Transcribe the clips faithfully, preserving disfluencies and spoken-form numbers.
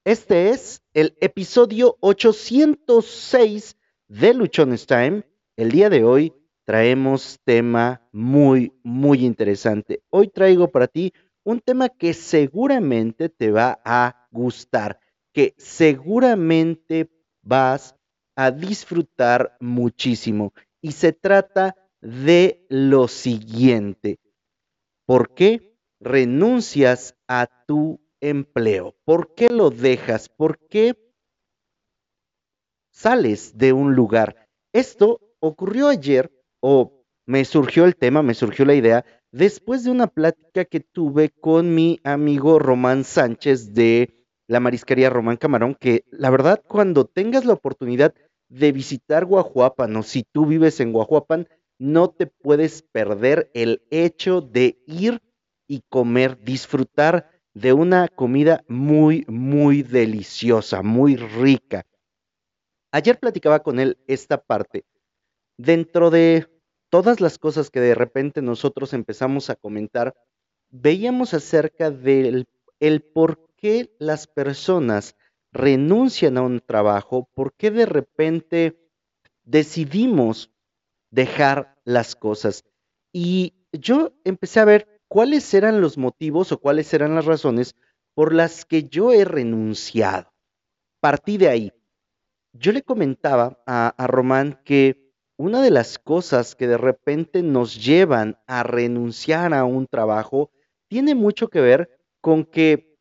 Este es el episodio ochocientos seis de Luchones Time. El día de hoy traemos tema muy, muy interesante. Hoy traigo para ti un tema que seguramente te va a gustar, que seguramente vas a disfrutar muchísimo. Y se trata de lo siguiente. ¿Por qué renuncias a tu empleo? ¿Por qué lo dejas? ¿Por qué sales de un lugar? Esto ocurrió ayer o me surgió el tema, me surgió la idea después de una plática que tuve con mi amigo Román Sánchez de la Marisquería Román Camarón, que la verdad cuando tengas la oportunidad de visitar Guajuapan o si tú vives en Guajuapan, no te puedes perder el hecho de ir y comer, disfrutar de una comida muy, muy deliciosa, muy rica. Ayer platicaba con él esta parte. Dentro de todas las cosas que de repente nosotros empezamos a comentar, veíamos acerca del el por qué las personas renuncian a un trabajo, por qué de repente decidimos dejar las cosas. Y yo empecé a ver cuáles eran los motivos o cuáles eran las razones por las que yo he renunciado. Partí de ahí. Yo le comentaba a, a Román que una de las cosas que de repente nos llevan a renunciar a un trabajo tiene mucho que ver con que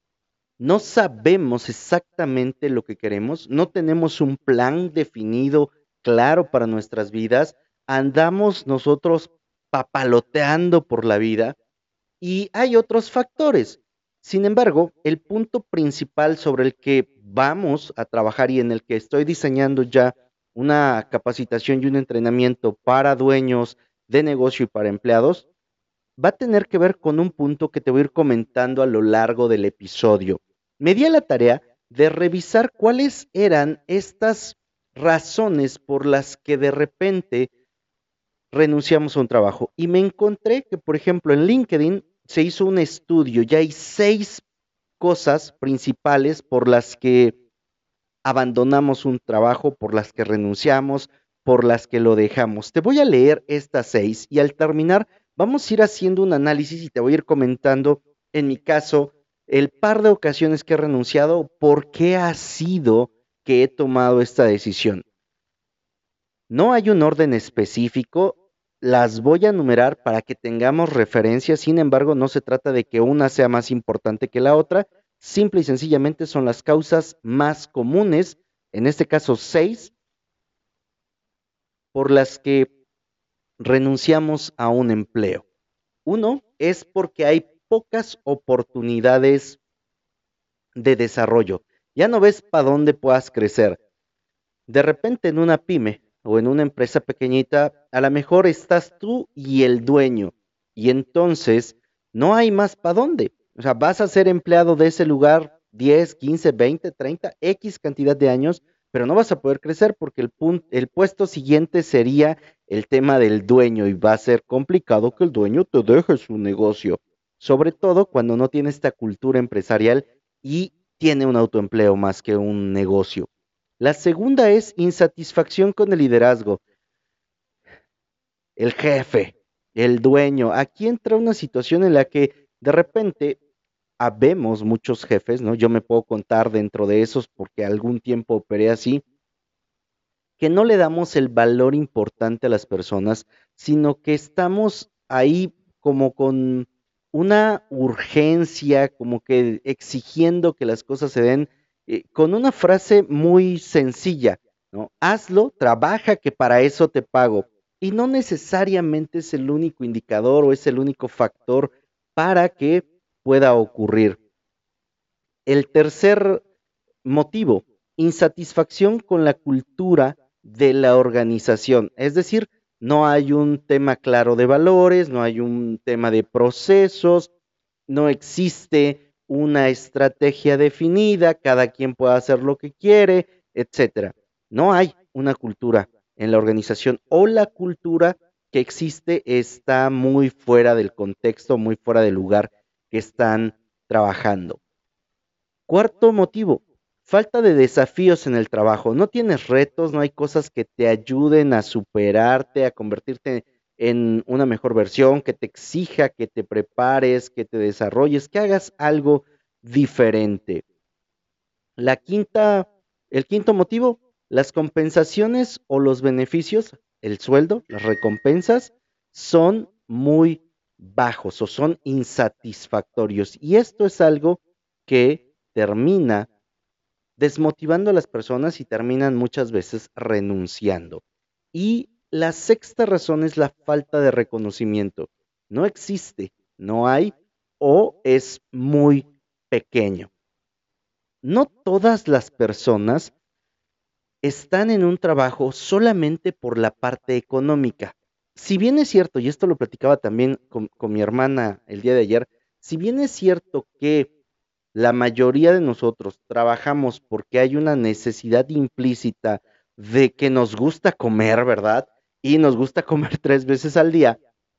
no sabemos exactamente lo que queremos, no tenemos un plan definido, claro para nuestras vidas, andamos nosotros papaloteando por la vida y hay otros factores. Sin embargo, el punto principal sobre el que vamos a trabajar y en el que estoy diseñando ya una capacitación y un entrenamiento para dueños de negocio y para empleados, va a tener que ver con un punto que te voy a ir comentando a lo largo del episodio. Me di a la tarea de revisar cuáles eran estas razones por las que de repente renunciamos a un trabajo. Y me encontré que, por ejemplo, en LinkedIn se hizo un estudio, ya hay seis cosas principales por las que abandonamos un trabajo, por las que renunciamos, por las que lo dejamos. Te voy a leer estas seis y al terminar vamos a ir haciendo un análisis y te voy a ir comentando, en mi caso, el par de ocasiones que he renunciado, por qué ha sido que he tomado esta decisión. No hay un orden específico, las voy a enumerar para que tengamos referencia, sin embargo, no se trata de que una sea más importante que la otra, simple y sencillamente son las causas más comunes, en este caso seis, por las que renunciamos a un empleo. Uno es porque hay pocas oportunidades de desarrollo. Ya no ves para dónde puedas crecer. De repente en una pyme o en una empresa pequeñita, a lo mejor estás tú y el dueño y entonces no hay más para dónde. O sea, vas a ser empleado de ese lugar diez, quince, veinte, treinta, X cantidad de años, pero no vas a poder crecer porque el, punto, el puesto siguiente sería el tema del dueño y va a ser complicado que el dueño te deje su negocio, sobre todo cuando no tiene esta cultura empresarial y tiene un autoempleo más que un negocio. La segunda es insatisfacción con el liderazgo, el jefe, el dueño. Aquí entra una situación en la que de repente habemos muchos jefes, ¿no? Yo me puedo contar dentro de esos porque algún tiempo operé así, que no le damos el valor importante a las personas, sino que estamos ahí como con una urgencia, como que exigiendo que las cosas se den, eh, con una frase muy sencilla, ¿no? Hazlo, trabaja, que para eso te pago. Y no necesariamente es el único indicador o es el único factor para que pueda ocurrir. El tercer motivo, insatisfacción con la cultura de la organización. Es decir, no hay un tema claro de valores, no hay un tema de procesos, no existe una estrategia definida, cada quien puede hacer lo que quiere, etcétera. No hay una cultura en la organización o la cultura que existe está muy fuera del contexto, muy fuera del lugar que están trabajando. Cuarto motivo, falta de desafíos en el trabajo. No tienes retos, no hay cosas que te ayuden a superarte, a convertirte en una mejor versión, que te exija, que te prepares, que te desarrolles, que hagas algo diferente. La quinta, el quinto motivo, las compensaciones o los beneficios, el sueldo, las recompensas, son muy bajos o son insatisfactorios. Y esto es algo que termina desmotivando a las personas y terminan muchas veces renunciando. Y la sexta razón es la falta de reconocimiento. No existe, no hay o es muy pequeño. No todas las personas están en un trabajo solamente por la parte económica. Si bien es cierto, y esto lo platicaba también con, con mi hermana el día de ayer, si bien es cierto que la mayoría de nosotros trabajamos porque hay una necesidad implícita de que nos gusta comer, ¿verdad? Y nos gusta comer tres veces al día.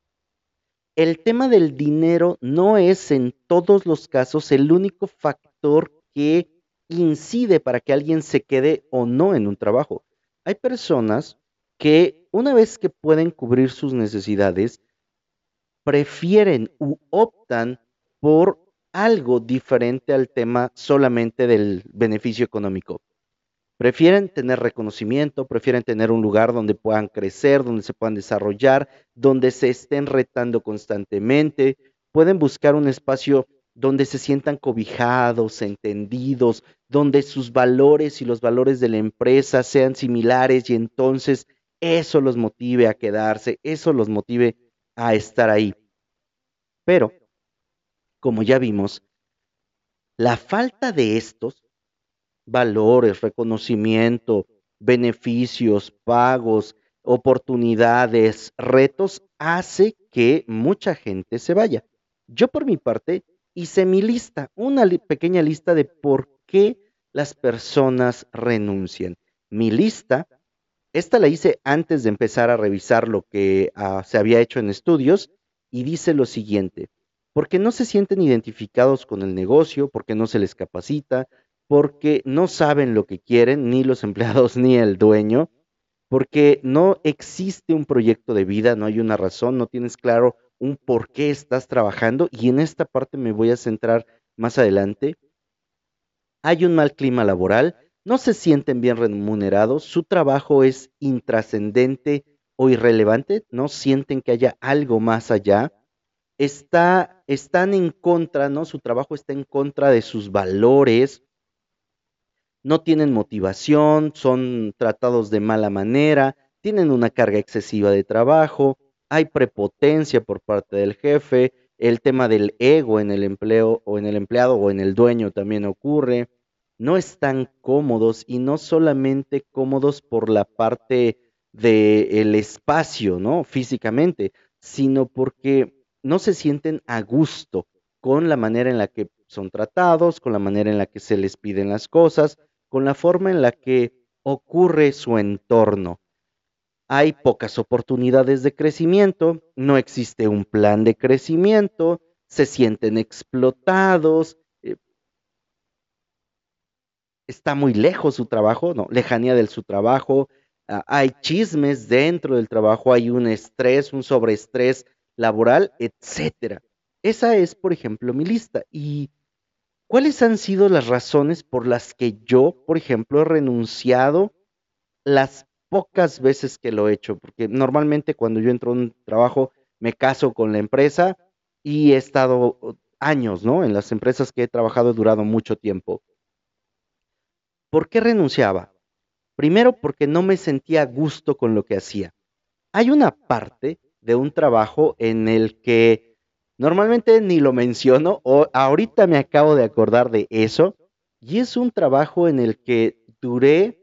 El tema del dinero no es en todos los casos el único factor que incide para que alguien se quede o no en un trabajo. Hay personas que una vez que pueden cubrir sus necesidades, prefieren u optan por algo diferente al tema solamente del beneficio económico. Prefieren tener reconocimiento, prefieren tener un lugar donde puedan crecer, donde se puedan desarrollar, donde se estén retando constantemente, pueden buscar un espacio donde se sientan cobijados, entendidos, donde sus valores y los valores de la empresa sean similares y entonces eso los motive a quedarse, eso los motive a estar ahí. Pero, como ya vimos, la falta de estos valores, reconocimiento, beneficios, pagos, oportunidades, retos, hace que mucha gente se vaya. Yo por mi parte hice mi lista, una li- pequeña lista de por qué las personas renuncian. Mi lista, esta la hice antes de empezar a revisar lo que ah, se había hecho en estudios y dice lo siguiente, porque no se sienten identificados con el negocio, porque no se les capacita, porque no saben lo que quieren, ni los empleados ni el dueño, porque no existe un proyecto de vida, no hay una razón, no tienes claro un por qué estás trabajando y en esta parte me voy a centrar más adelante. Hay un mal clima laboral, no se sienten bien remunerados, su trabajo es intrascendente o irrelevante, no sienten que haya algo más allá, está, están en contra, ¿no? Su trabajo está en contra de sus valores, no tienen motivación, son tratados de mala manera, tienen una carga excesiva de trabajo, hay prepotencia por parte del jefe, el tema del ego en el empleo o en el empleado o en el dueño también ocurre, no están cómodos y no solamente cómodos por la parte del espacio, ¿no? Físicamente, sino porque no se sienten a gusto con la manera en la que son tratados, con la manera en la que se les piden las cosas, con la forma en la que ocurre su entorno. Hay pocas oportunidades de crecimiento, no existe un plan de crecimiento, se sienten explotados, eh, está muy lejos su trabajo, no, lejanía de su trabajo, ah, hay chismes dentro del trabajo, hay un estrés, un sobreestrés laboral, etcétera. Esa es, por ejemplo, mi lista. ¿Y cuáles han sido las razones por las que yo, por ejemplo, he renunciado las pocas veces que lo he hecho? Porque normalmente cuando yo entro a un trabajo me caso con la empresa y he estado uh, años, ¿no? En las empresas que he trabajado he durado mucho tiempo. ¿Por qué renunciaba? Primero, porque no me sentía a gusto con lo que hacía. Hay una parte de un trabajo en el que normalmente ni lo menciono, o ahorita me acabo de acordar de eso, y es un trabajo en el que duré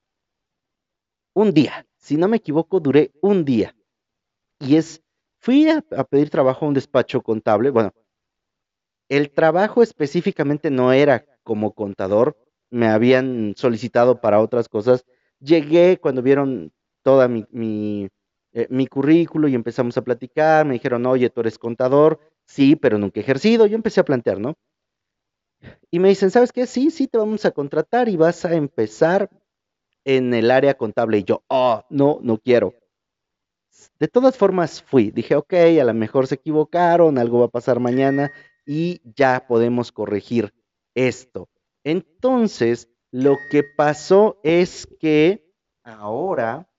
un día. Si no me equivoco, duré un día. Y es, fui a, a pedir trabajo a un despacho contable. Bueno, el trabajo específicamente no era como contador, me habían solicitado para otras cosas. Llegué cuando vieron toda mi, mi, eh, mi currículo y empezamos a platicar, me dijeron, oye, tú eres contador, sí, pero nunca he ejercido. Yo empecé a plantear, ¿no? Y me dicen, ¿sabes qué? Sí, sí, te vamos a contratar y vas a empezar en el área contable. Y yo, oh, no, no quiero. De todas formas fui, dije, ok, a lo mejor se equivocaron, algo va a pasar mañana y ya podemos corregir esto. Entonces, lo que pasó es que ahora,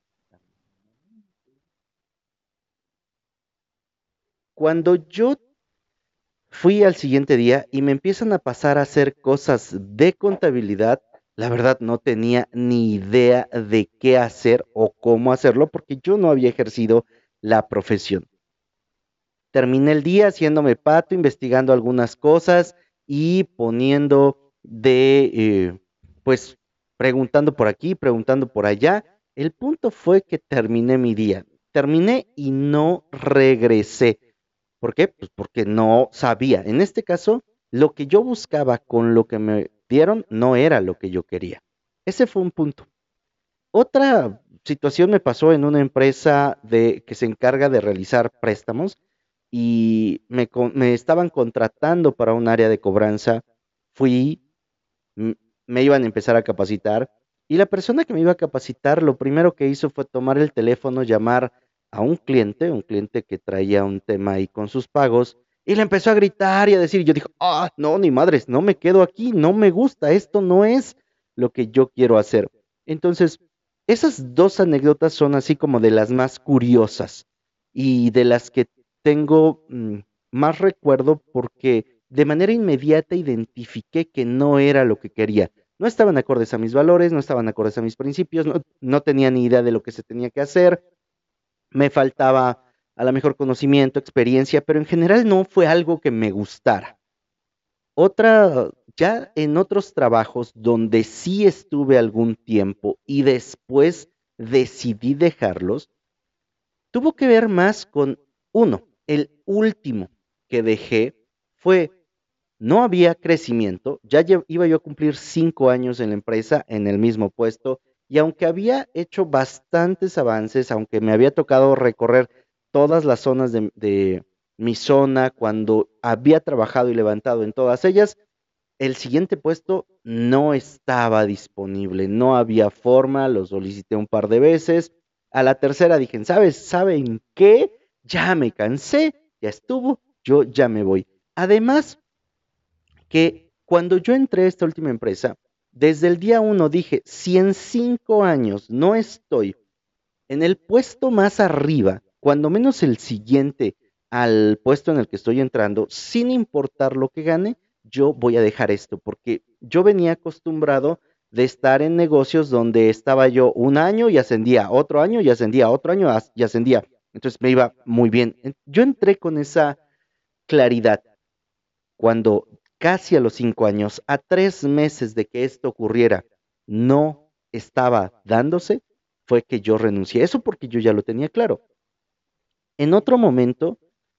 cuando yo fui al siguiente día y me empiezan a pasar a hacer cosas de contabilidad, la verdad no tenía ni idea de qué hacer o cómo hacerlo porque yo no había ejercido la profesión. Terminé el día haciéndome pato, investigando algunas cosas y poniendo de, eh, pues, preguntando por aquí, preguntando por allá. El punto fue que terminé mi día. Terminé y no regresé. ¿Por qué? Pues porque no sabía. En este caso, lo que yo buscaba con lo que me dieron no era lo que yo quería. Ese fue un punto. Otra situación me pasó en una empresa de, que se encarga de realizar préstamos y me, con- me estaban contratando para un área de cobranza. Fui, m- me iban a empezar a capacitar y la persona que me iba a capacitar lo primero que hizo fue tomar el teléfono, llamar a un cliente, un cliente que traía un tema ahí con sus pagos y le empezó a gritar y a decir, y yo dije, ah, no, ni madres, no me quedo aquí, no me gusta, esto no es lo que yo quiero hacer. Entonces, esas dos anécdotas son así como de las más curiosas y de las que tengo mm, más recuerdo porque de manera inmediata identifiqué que no era lo que quería. No estaban acordes a mis valores, no estaban acordes a mis principios, no, no tenía ni idea de lo que se tenía que hacer, me faltaba a lo mejor conocimiento, experiencia, pero en general no fue algo que me gustara. Otra, ya en otros trabajos donde sí estuve algún tiempo y después decidí dejarlos, tuvo que ver más con uno, el último que dejé fue, no había crecimiento, ya lle- iba yo a cumplir cinco años en la empresa, en el mismo puesto, y aunque había hecho bastantes avances, aunque me había tocado recorrer todas las zonas de, de mi zona, cuando había trabajado y levantado en todas ellas, el siguiente puesto no estaba disponible, no había forma, lo solicité un par de veces. A la tercera dije, ¿sabes? ¿Saben qué? Ya me cansé, ya estuvo, yo ya me voy. Además, que cuando yo entré a esta última empresa, desde el día uno dije, si en cinco años no estoy en el puesto más arriba, cuando menos el siguiente al puesto en el que estoy entrando, sin importar lo que gane, yo voy a dejar esto, porque yo venía acostumbrado de estar en negocios donde estaba yo un año y ascendía, otro año y ascendía, otro año y ascendía. Entonces me iba muy bien. Yo entré con esa claridad cuando casi a los cinco años, a tres meses de que esto ocurriera, no estaba dándose, fue que yo renuncié. Eso porque yo ya lo tenía claro. En otro momento,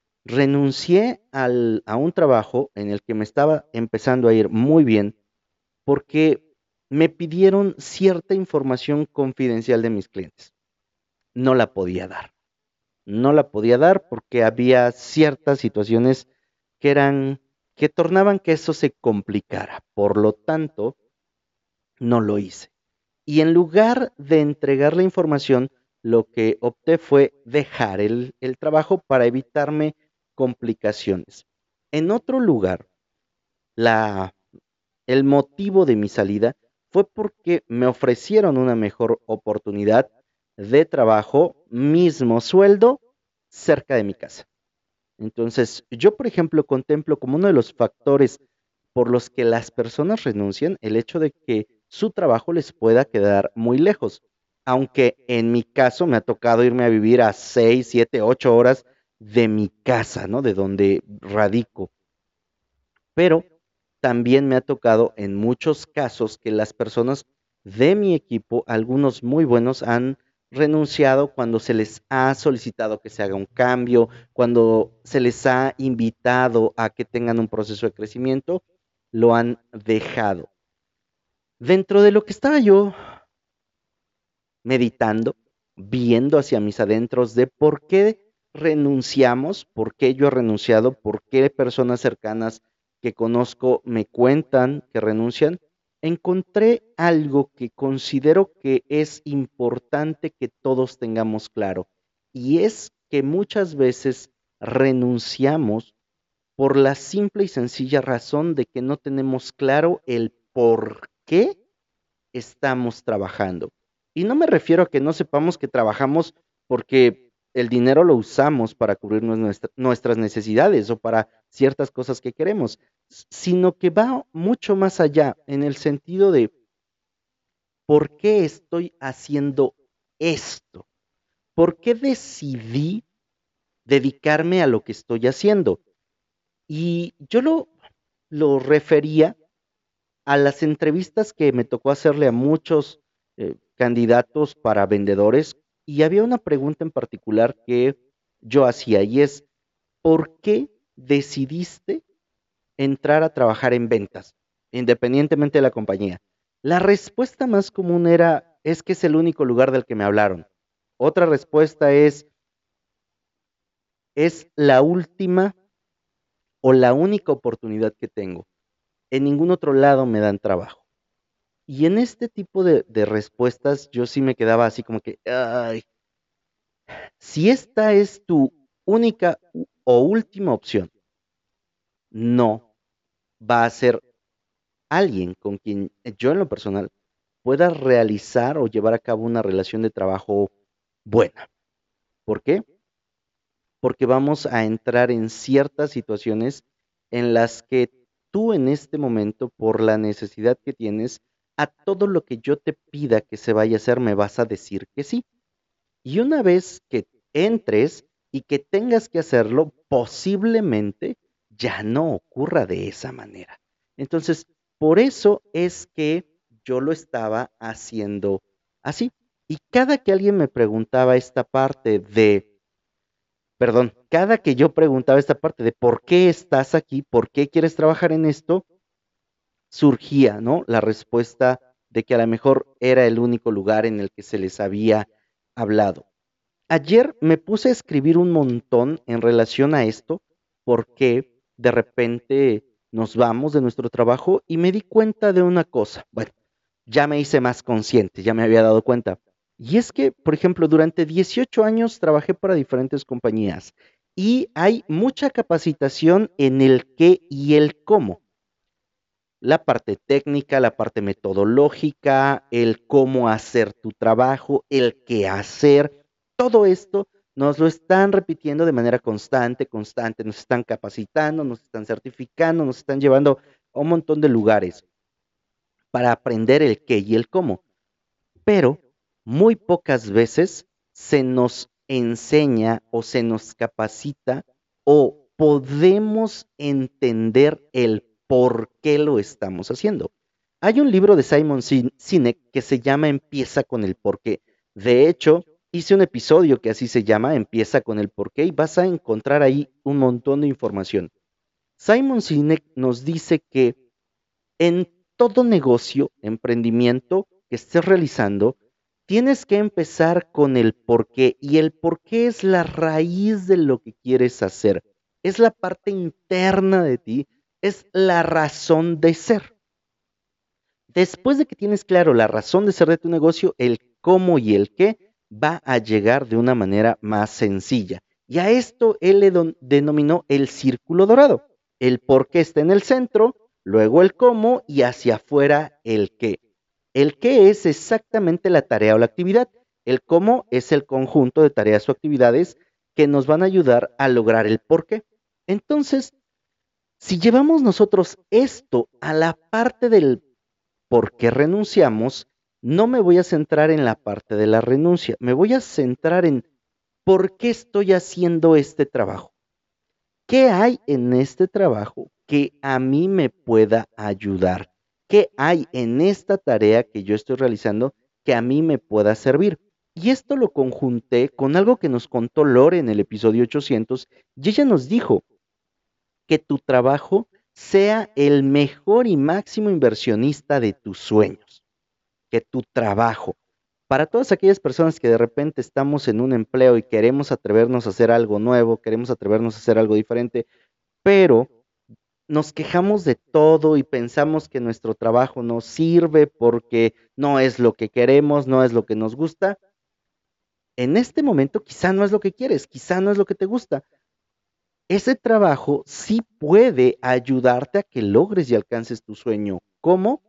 renuncié al, a un trabajo en el que me estaba empezando a ir muy bien porque me pidieron cierta información confidencial de mis clientes. No la podía dar. No la podía dar porque había ciertas situaciones que eran, que tornaban que eso se complicara. Por lo tanto, no lo hice. Y en lugar de entregar la información, lo que opté fue dejar el, el trabajo para evitarme complicaciones. En otro lugar, la, el motivo de mi salida fue porque me ofrecieron una mejor oportunidad de trabajo, mismo sueldo, cerca de mi casa. Entonces, yo, por ejemplo, contemplo como uno de los factores por los que las personas renuncian el hecho de que su trabajo les pueda quedar muy lejos. Aunque en mi caso me ha tocado irme a vivir a seis, siete, ocho horas de mi casa, ¿no? De donde radico. Pero también me ha tocado en muchos casos que las personas de mi equipo, algunos muy buenos, han renunciado cuando se les ha solicitado que se haga un cambio, cuando se les ha invitado a que tengan un proceso de crecimiento, lo han dejado. Dentro de lo que estaba yo meditando, viendo hacia mis adentros de por qué renunciamos, por qué yo he renunciado, por qué personas cercanas que conozco me cuentan que renuncian, encontré algo que considero que es importante que todos tengamos claro, y es que muchas veces renunciamos por la simple y sencilla razón de que no tenemos claro el por qué estamos trabajando. Y no me refiero a que no sepamos que trabajamos porque el dinero lo usamos para cubrir nuestra- nuestras necesidades o para ciertas cosas que queremos, s- sino que va mucho más allá en el sentido de por qué estoy haciendo esto, por qué decidí dedicarme a lo que estoy haciendo. Y yo lo, lo refería a las entrevistas que me tocó hacerle a muchos eh, candidatos para vendedores, y había una pregunta en particular que yo hacía, y es, ¿por qué decidiste entrar a trabajar en ventas, independientemente de la compañía? La respuesta más común era, es que es el único lugar del que me hablaron. Otra respuesta es, es la última o la única oportunidad que tengo. En ningún otro lado me dan trabajo. Y en este tipo de, de respuestas yo sí me quedaba así como que, ay, si esta es tu única u- o última opción, no va a ser alguien con quien yo en lo personal pueda realizar o llevar a cabo una relación de trabajo buena. ¿Por qué? Porque vamos a entrar en ciertas situaciones en las que tú en este momento, por la necesidad que tienes, a todo lo que yo te pida que se vaya a hacer, me vas a decir que sí. Y una vez que entres y que tengas que hacerlo, posiblemente ya no ocurra de esa manera. Entonces, por eso es que yo lo estaba haciendo así. Y cada que alguien me preguntaba esta parte de, perdón, cada que yo preguntaba esta parte de por qué estás aquí, por qué quieres trabajar en esto, surgía, ¿no? La respuesta de que a lo mejor era el único lugar en el que se les había hablado. Ayer me puse a escribir un montón en relación a esto, porque de repente nos vamos de nuestro trabajo y me di cuenta de una cosa. Bueno, ya me hice más consciente, ya me había dado cuenta. Y es que, por ejemplo, durante dieciocho años trabajé para diferentes compañías y hay mucha capacitación en el qué y el cómo. La parte técnica, la parte metodológica, el cómo hacer tu trabajo, el qué hacer, todo esto nos lo están repitiendo de manera constante, constante, nos están capacitando, nos están certificando, nos están llevando a un montón de lugares para aprender el qué y el cómo, pero muy pocas veces se nos enseña o se nos capacita o podemos entender el por qué lo estamos haciendo. Hay un libro de Simon Sin- Sinek que se llama Empieza con el porqué. De hecho, hice un episodio que así se llama Empieza con el porqué y vas a encontrar ahí un montón de información. Simon Sinek nos dice que en todo negocio, emprendimiento que estés realizando, tienes que empezar con el porqué, y el porqué es la raíz de lo que quieres hacer. Es la parte interna de ti, es la razón de ser. Después de que tienes claro la razón de ser de tu negocio, el cómo y el qué va a llegar de una manera más sencilla. Y a esto él le don- denominó el círculo dorado. El por qué está en el centro, luego el cómo y hacia afuera el qué. El qué es exactamente la tarea o la actividad. El cómo es el conjunto de tareas o actividades que nos van a ayudar a lograr el por qué. Entonces, si llevamos nosotros esto a la parte del por qué renunciamos, no me voy a centrar en la parte de la renuncia, me voy a centrar en por qué estoy haciendo este trabajo. ¿Qué hay en este trabajo que a mí me pueda ayudar? ¿Qué hay en esta tarea que yo estoy realizando que a mí me pueda servir? Y esto lo conjunté con algo que nos contó Lore en el episodio ochocientos, y ella nos dijo que tu trabajo sea el mejor y máximo inversionista de tus sueños, que tu trabajo. Para todas aquellas personas que de repente estamos en un empleo y queremos atrevernos a hacer algo nuevo, queremos atrevernos a hacer algo diferente, pero nos quejamos de todo y pensamos que nuestro trabajo no sirve porque no es lo que queremos, no es lo que nos gusta. En este momento quizá no es lo que quieres, quizá no es lo que te gusta. Ese trabajo sí puede ayudarte a que logres y alcances tu sueño. ¿Cómo?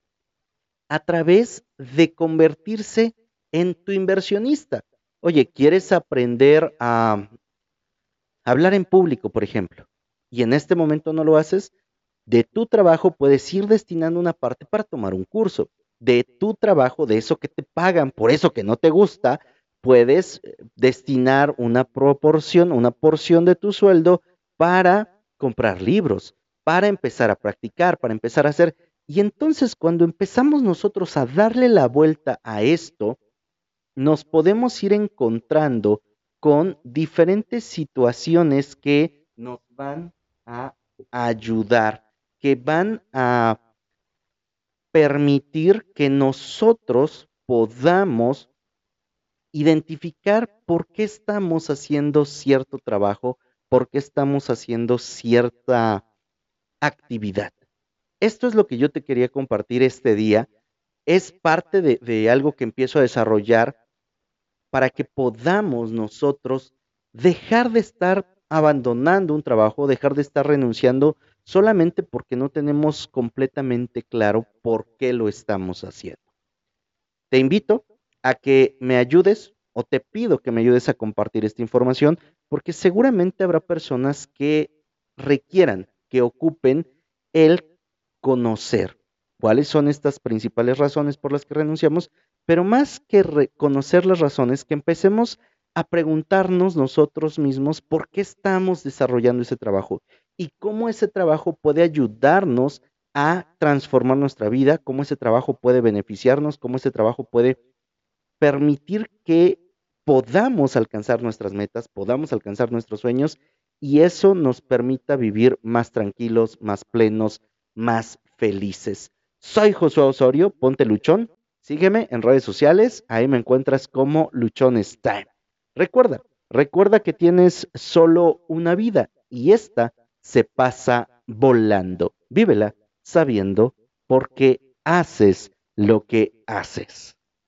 A través de convertirse en tu inversionista. Oye, ¿quieres aprender a hablar en público, por ejemplo? Y en este momento no lo haces. De tu trabajo puedes ir destinando una parte para tomar un curso. De tu trabajo, de eso que te pagan, por eso que no te gusta, puedes eh, destinar una proporción, una porción de tu sueldo para comprar libros, para empezar a practicar, para empezar a hacer. Y entonces cuando empezamos nosotros a darle la vuelta a esto, nos podemos ir encontrando con diferentes situaciones que nos van a ayudar, que van a permitir que nosotros podamos identificar por qué estamos haciendo cierto trabajo, por qué estamos haciendo cierta actividad. Esto es lo que yo te quería compartir este día. Es parte de, de algo que empiezo a desarrollar para que podamos nosotros dejar de estar abandonando un trabajo, dejar de estar renunciando solamente porque no tenemos completamente claro por qué lo estamos haciendo. Te invito a que me ayudes o te pido que me ayudes a compartir esta información porque seguramente habrá personas que requieran, que ocupen el conocer cuáles son estas principales razones por las que renunciamos, pero más que reconocer las razones, que empecemos a preguntarnos nosotros mismos por qué estamos desarrollando ese trabajo y cómo ese trabajo puede ayudarnos a transformar nuestra vida, cómo ese trabajo puede beneficiarnos, cómo ese trabajo puede permitir que podamos alcanzar nuestras metas, podamos alcanzar nuestros sueños y eso nos permita vivir más tranquilos, más plenos, más felices. Soy Josué Osorio, ponte luchón, sígueme en redes sociales, ahí me encuentras como Luchones Time. Recuerda, recuerda que tienes solo una vida y esta se pasa volando. Vívela sabiendo por qué haces lo que haces.